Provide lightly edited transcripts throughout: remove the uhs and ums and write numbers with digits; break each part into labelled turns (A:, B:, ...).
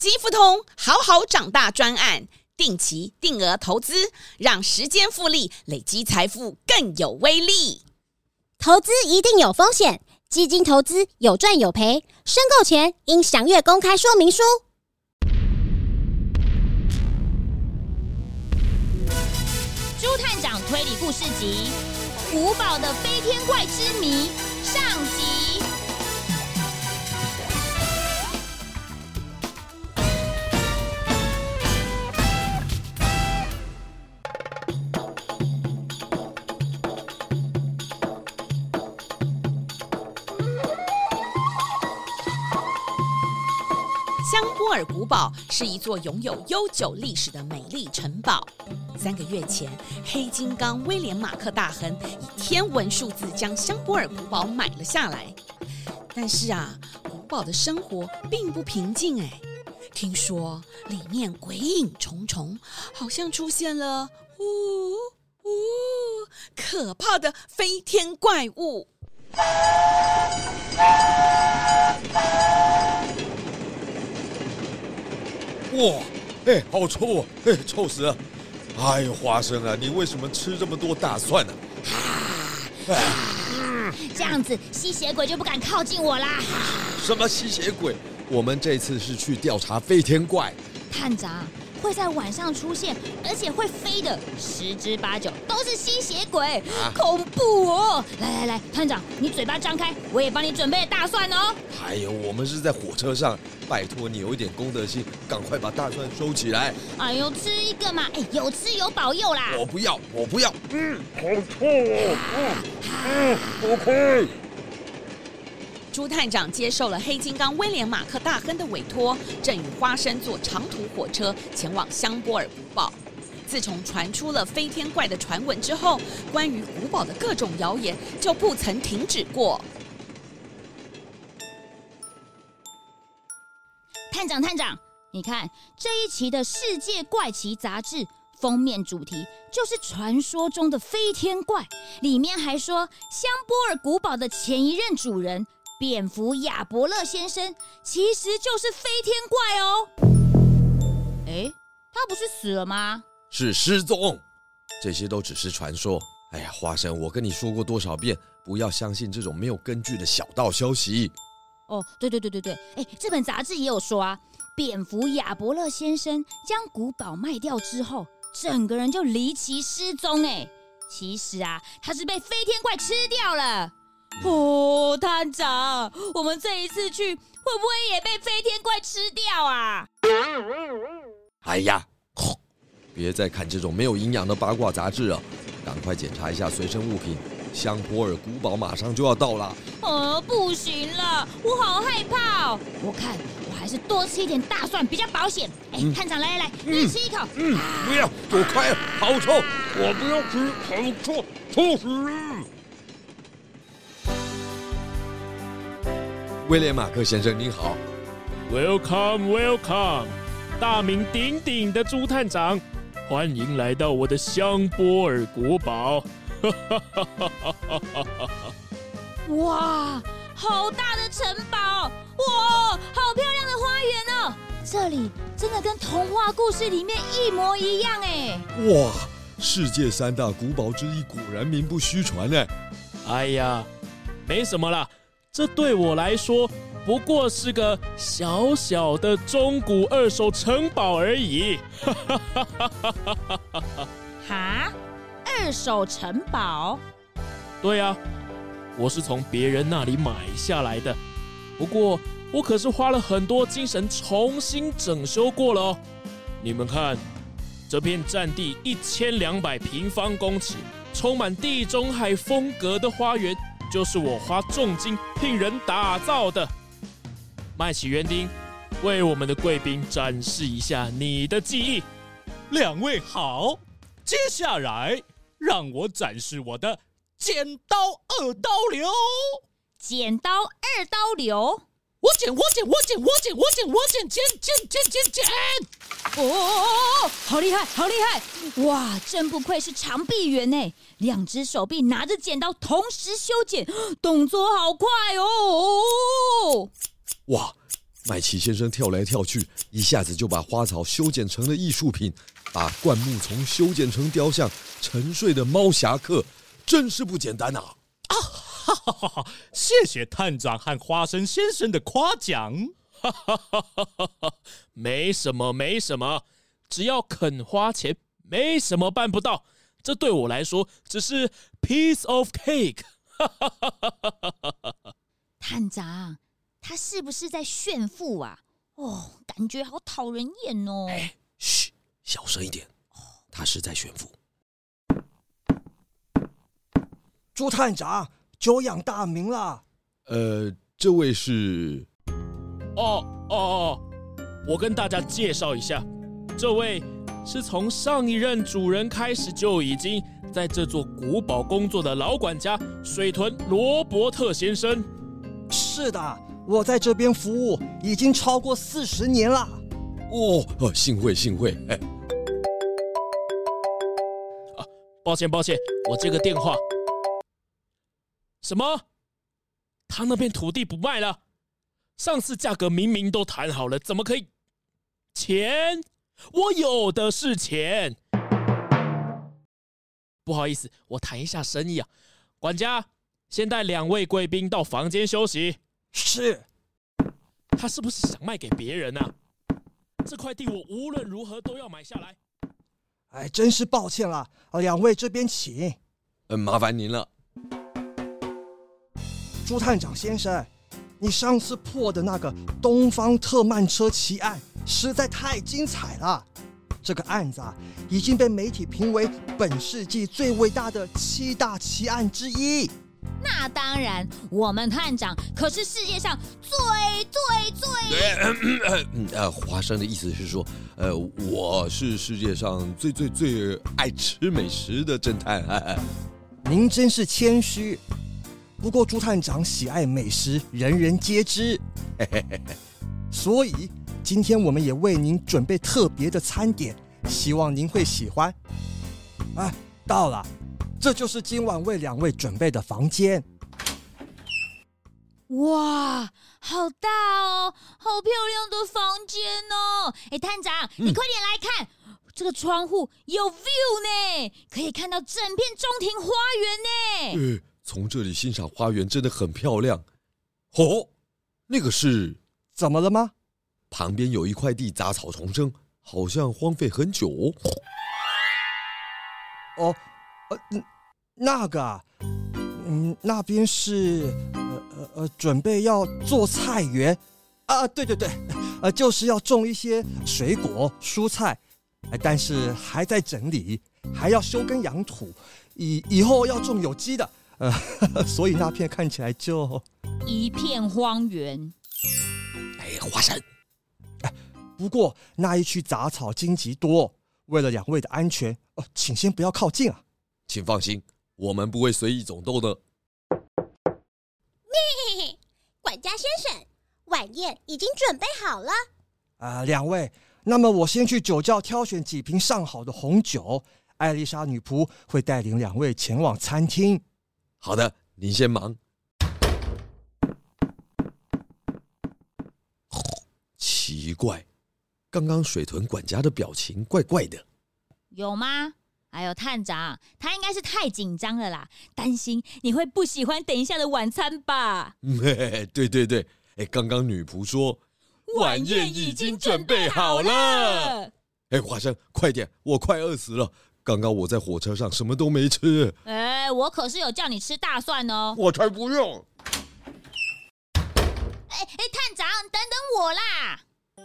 A: 基富通好好长大专案，定期定额投资，让时间复利，累积财富更有威力。
B: 投资一定有风险，基金投资有赚有赔，申购前应详阅公开说明书。
C: 朱探长推理故事集《古堡的飞天怪之谜》上集。
A: 香波尔古堡是一座拥有悠久历史的美丽城堡。3个月前，黑金刚威廉马克大亨以天文数字将香波尔古堡买了下来。但是古堡的生活并不平静听说里面鬼影重重，好像出现了可怕的飞天怪物。
D: 哇，好臭臭死了！哎呦，花生啊，你为什么吃这么多大蒜呢？
C: 这样子吸血鬼就不敢靠近我啦。
D: 什么吸血鬼？我们这次是去调查飞天怪。
C: 探长会在晚上出现，而且会飞的，10之8九都是吸血鬼，恐怖哦！来，探长，你嘴巴张开，我也帮你准备大蒜哦。
D: 还有，我们是在火车上，拜托你有一点公德心，赶快把大蒜收起来。
C: 哎呦，吃一个嘛，有吃有保佑啦。
D: 我不要，好臭哦！不可以。
A: 朱探长接受了黑金刚威廉马克大亨的委托，正与花生坐长途火车前往香波尔古堡。自从传出了飞天怪的传闻之后，关于古堡的各种谣言就不曾停止过。
C: 探长，你看这一期的《世界怪奇》杂志封面主题就是传说中的飞天怪，里面还说香波尔古堡的前一任主人蝙蝠亚伯勒先生其实就是飞天怪哦。他不是死了吗？
D: 是失踪，这些都只是传说。哎呀，花生，我跟你说过多少遍，不要相信这种没有根据的小道消息。
C: 哦，对，这本杂志也有说蝙蝠亚伯勒先生将古堡卖掉之后，整个人就离奇失踪。其实他是被飞天怪吃掉了。探长，我们这一次去会不会也被飞天怪吃掉啊？
D: 哎呀，别再看这种没有营养的八卦杂志了，赶快检查一下随身物品。香波尔古堡马上就要到了。
C: 不行了，我好害怕哦。我看我还是多吃一点大蒜比较保险。探长，来，你吃一口。
D: 不要，走开，好臭！我不要吃，好臭，臭死了！威廉马克先生您好。
E: Welcome， 大名鼎鼎的朱探长，欢迎来到我的香波尔古堡。
C: 哇，好大的城堡！哇，好漂亮的花园哦！这里真的跟童话故事里面一模一样哎！
D: 哇，世界3大古堡之一，果然名不虚传哎！
E: 哎呀，没什么啦，这对我来说不过是个小小的中古2手城堡而已。
C: 哈？2手城堡？
E: 对啊，我是从别人那里买下来的，不过我可是花了很多精神重新整修过了哦。你们看，这片占地1200平方公尺，充满地中海风格的花园，就是我花重金聘人打造的。麦起园丁，为我们的贵宾展示一下你的技艺。
F: 2位好，接下来让我展示我的剪刀2刀流。
C: 剪刀2刀流？
F: 我剪！
C: 哦，好厉害，好厉害！哇，真不愧是长臂猿呢，2只手臂拿着剪刀同时修剪，动作好快哦！
D: 哇， 麦奇先生跳来跳去，一下子就把花草修剪成了艺术品，把灌木丛修剪成雕像，沉睡的猫侠客真是不简单啊！
F: 哈哈哈哈！谢谢探长和花生先生的夸奖。
E: 哈哈哈哈哈！没什么，没什么，只要肯花钱，没什么办不到。这对我来说只是 piece of cake。哈哈哈哈哈！
C: 探长，他是不是在炫富啊？哦，感觉好讨人厌哦。
D: 嘘，小声一点，他是在炫富。
G: 朱探长，久仰大名了。
D: 这位是……
E: 我跟大家介绍一下，这位是从上一任主人开始就已经在这座古堡工作的老管家水豚罗伯特先生。
G: 是的，我在这边服务已经超过40年了。
D: 幸会幸会。
E: 抱歉，我接个电话。什么？他那片土地不卖了？上次价格明明都谈好了，怎么可以？钱，我有的是钱。不好意思，我谈一下生意啊。管家，先带2位贵宾到房间休息。
G: 是。
E: 他是不是想卖给别人啊？这块地我无论如何都要买下来。
G: 真是抱歉了，2位这边请。
D: 麻烦您了。
G: 朱探长先生，你上次破的那个东方特曼车奇案实在太精彩了。这个案子已经被媒体评为本世纪最伟大的7大奇案之一。
C: 那当然，我们探长可是世界上最……
D: 花生的意思是说，我是世界上最爱吃美食的侦探。
G: 您真是谦虚。不过朱探长喜爱美食，人人皆知。所以今天我们也为您准备特别的餐点，希望您会喜欢。到了，这就是今晚为2位准备的房间。
C: 哇，好大哦，好漂亮的房间哦！探长，你快点来看，这个窗户有 view 呢，可以看到整片中庭花园呢。
D: 从这里欣赏花园真的很漂亮。那个是……
G: 怎么了吗？
D: 旁边有一块地杂草丛生，好像荒废很久。
G: 那个那边是准备要做菜园对，就是要种一些水果蔬菜，但是还在整理，还要修根养土，以后要种有机的，所以那片看起来就
C: 一片荒原。
D: 花生。
G: 不过那一区杂草荆棘多，为了2位的安全，请先不要靠近啊。
D: 请放心，我们不会随意走动的。
B: 管家先生，晚宴已经准备好了。
G: 2位，那么我先去酒窖挑选几瓶上好的红酒，艾丽莎女仆会带领2位前往餐厅。
D: 好的，您先忙。奇怪，刚刚水豚管家的表情怪怪的。
C: 有吗？还有探长，他应该是太紧张了啦，担心你会不喜欢等一下的晚餐吧。
D: 对，刚刚女仆说
C: 晚宴已经准备好了。
D: 花生，快点，我快饿死了。刚刚我在火车上什么都没吃。
C: 我可是有叫你吃大蒜哦。
D: 我才不用。
C: 探长，等等我啦。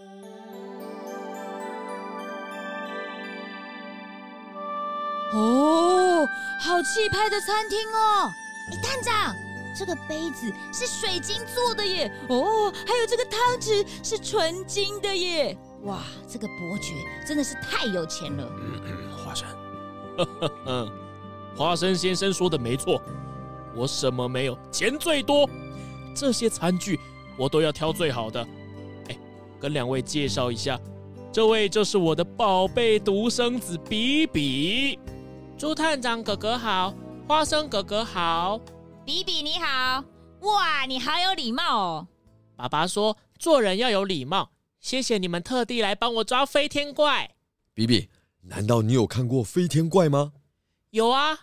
C: 好气派的餐厅哦！探长，这个杯子是水晶做的耶！还有这个汤匙是纯金的耶！哇，这个伯爵真的是太有钱了。
E: 花生，花生先生说的没错，我什么没有，钱最多。这些餐具我都要挑最好的。跟2位介绍一下，这位就是我的宝贝独生子比比。朱探长哥哥好，花生哥哥好。
C: 比比你好，哇，你好有礼貌哦。
E: 爸爸说做人要有礼貌。谢谢你们特地来帮我抓飞天怪。
D: 比比，难道你有看过飞天怪吗？
E: 有啊。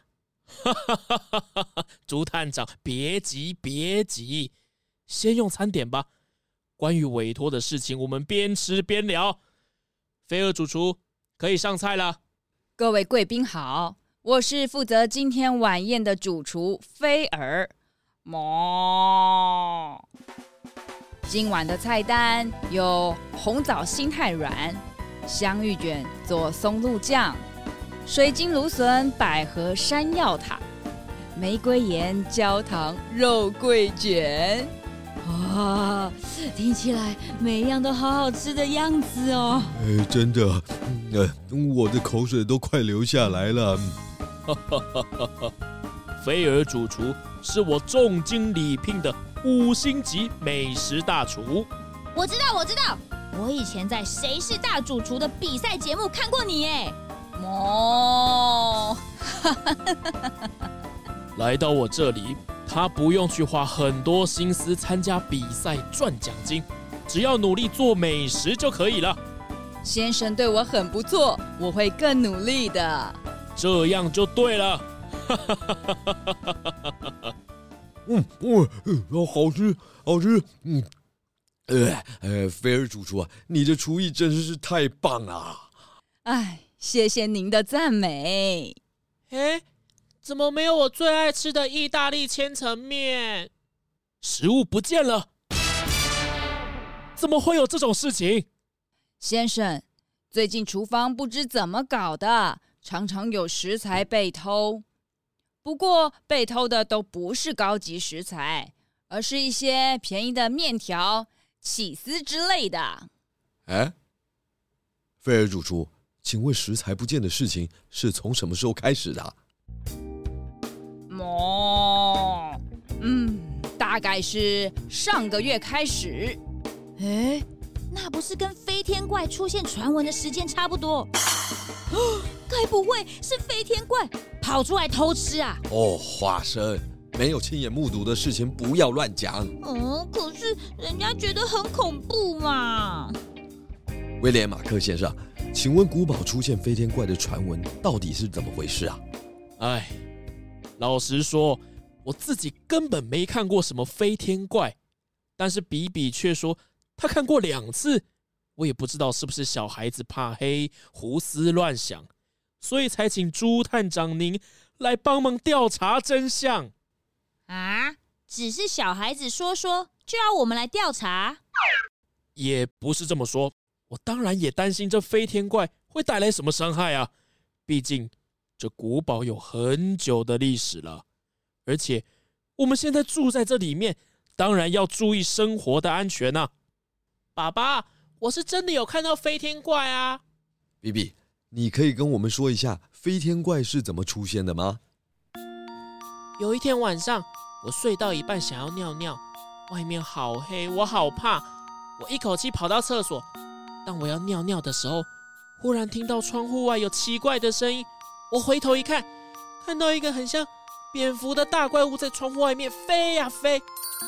E: 朱探长，别急别急，先用餐点吧。关于委托的事情，我们边吃边聊。菲尔主厨，可以上菜了。
H: 各位贵宾好，我是负责今天晚宴的主厨菲尔。今晚的菜单有红枣心太软、香芋卷做松露酱、水晶芦笋百合山药塔、玫瑰盐焦糖肉桂卷。哇，听起来每样都好好吃的样子哦！
D: 真的，我的口水都快流下来了。
E: 菲尔主厨是我重金礼聘的5星级美食大厨。
C: 我知道，我以前在《谁是大主厨》的比赛节目看过你耶。
E: 来到我这里，他不用去花很多心思参加比赛赚奖金，只要努力做美食就可以了。
H: 先生对我很不错，我会更努力的。
E: 这样就对了。
D: 好吃，好吃。菲尔主厨啊，你的厨艺真是太棒了。
H: 谢谢您的赞美。
E: 怎么没有我最爱吃的意大利千层面？食物不见了，怎么会有这种事情？
H: 先生，最近厨房不知怎么搞的，常常有食材被偷。不过被偷的都不是高级食材，而是一些便宜的面条、起司之类的。
D: 菲尔主厨，请问食材不见的事情是从什么时候开始的？
H: 大概是上个月开始。
C: 那不是跟飞天怪出现传闻的时间差不多？该不会是飞天怪跑出来偷吃啊？
D: 花生，没有亲眼目睹的事情不要乱讲。
C: 可是人家觉得很恐怖嘛。
D: 威廉马克先生，请问古堡出现飞天怪的传闻到底是怎么回事啊？
E: 老实说，我自己根本没看过什么飞天怪，但是比比却说他看过2次。我也不知道是不是小孩子怕黑，胡思乱想，所以才请朱探长您来帮忙调查真相。
C: 只是小孩子说就要我们来调查？
E: 也不是这么说，我当然也担心这飞天怪会带来什么伤害啊。毕竟这古堡有很久的历史了，而且我们现在住在这里面，当然要注意生活的安全啊。爸爸，我是真的有看到飞天怪啊。
D: 比比，你可以跟我们说一下飞天怪是怎么出现的吗？
E: 有一天晚上，我睡到一半想要尿尿，外面好黑，我好怕。我一口气跑到厕所，当我要尿尿的时候，忽然听到窗户外有奇怪的声音。我回头一看，看到一个很像蝙蝠的大怪物在窗户外面飞呀飞。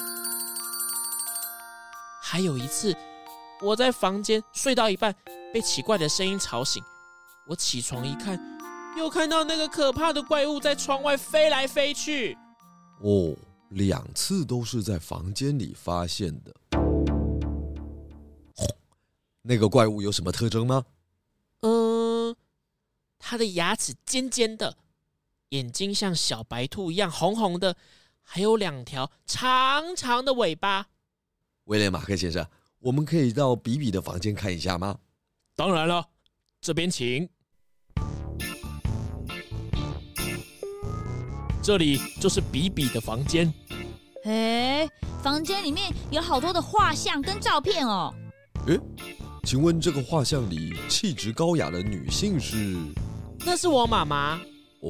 E: 还有一次，我在房间睡到一半，被奇怪的声音吵醒。我起床一看，又看到那个可怕的怪物在窗外飞来飞去。
D: 2次都是在房间里发现的。那个怪物有什么特征吗？
E: 它的牙齿尖尖的，眼睛像小白兔一样红红的，还有2条长长的尾巴。
D: 威廉马克先生，我们可以到比比的房间看一下吗？
E: 当然了，这边请。这里就是比比的房间。
C: 房间里面有好多的画像跟照片哦。
D: 请问这个画像里气质高雅的女性是？
E: 那是我妈妈。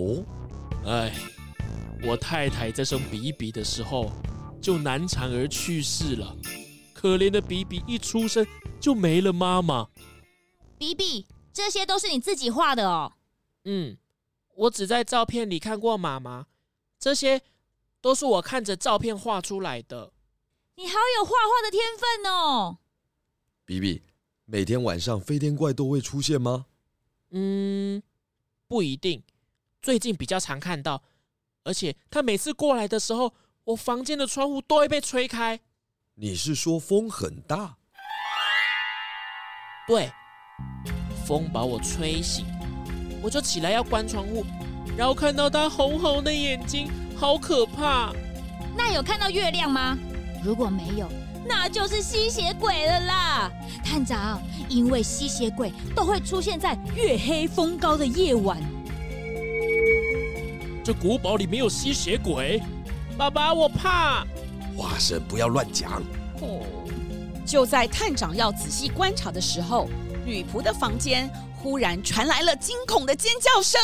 E: 我太太在生比比的时候就难产而去世了，可怜的比比一出生就没了妈妈。
C: 比比，这些都是你自己画的哦？
E: 我只在照片里看过妈妈，这些都是我看着照片画出来的。
C: 你好有画画的天分哦！
D: 比比，每天晚上飞天怪都会出现吗？
E: 不一定，最近比较常看到，而且他每次过来的时候，我房间的窗户都会被吹开。
D: 你是说风很大？
E: 对，风把我吹醒，我就起来要关窗户，然后看到他红红的眼睛，好可怕。
C: 那有看到月亮吗？如果没有，那就是吸血鬼了啦。探长，因为吸血鬼都会出现在月黑风高的夜晚。
E: 这古堡里没有吸血鬼，爸爸，我怕。
D: 花生不要乱讲。
A: 就在探长要仔细观察的时候，女仆的房间忽然传来了惊恐的尖叫声。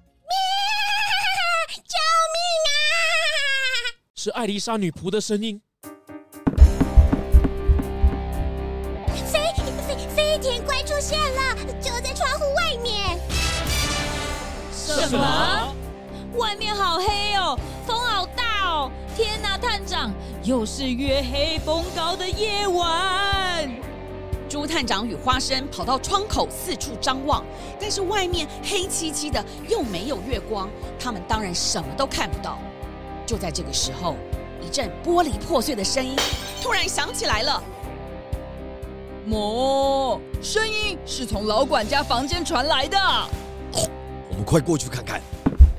B: 救命啊！
E: 是艾丽莎女仆的声音。
B: 飞天怪出现了，就在窗户外面。
C: 什么？外面好黑哦，风好大哦！天哪，探长，又是月黑风高的夜晚。
A: 猪探长与花生跑到窗口四处张望，但是外面黑漆漆的，又没有月光，他们当然什么都看不到。就在这个时候，一阵玻璃破碎的声音突然响起来了。
H: 声音是从老管家房间传来的。
D: 我们快过去看看。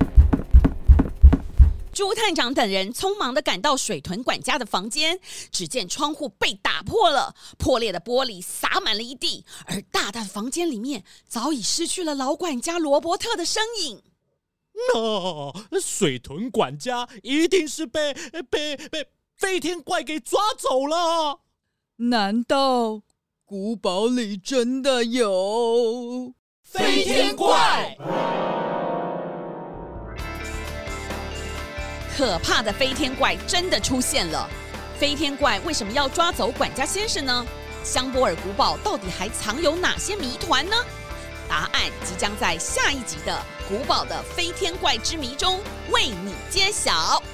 A: 猪探长等人匆忙地赶到水豚管家的房间，只见窗户被打破了，破裂的玻璃洒满了一地，而大的房间里面早已失去了老管家罗伯特的身影。
F: 水豚管家一定是被飞天怪给抓走了。
H: 难道古堡里真的有
F: 飞天怪？
A: 可怕的飞天怪真的出现了。飞天怪为什么要抓走管家先生呢？香波尔古堡到底还藏有哪些谜团呢？答案即将在下一集的《古堡的飞天怪之谜》中为你揭晓。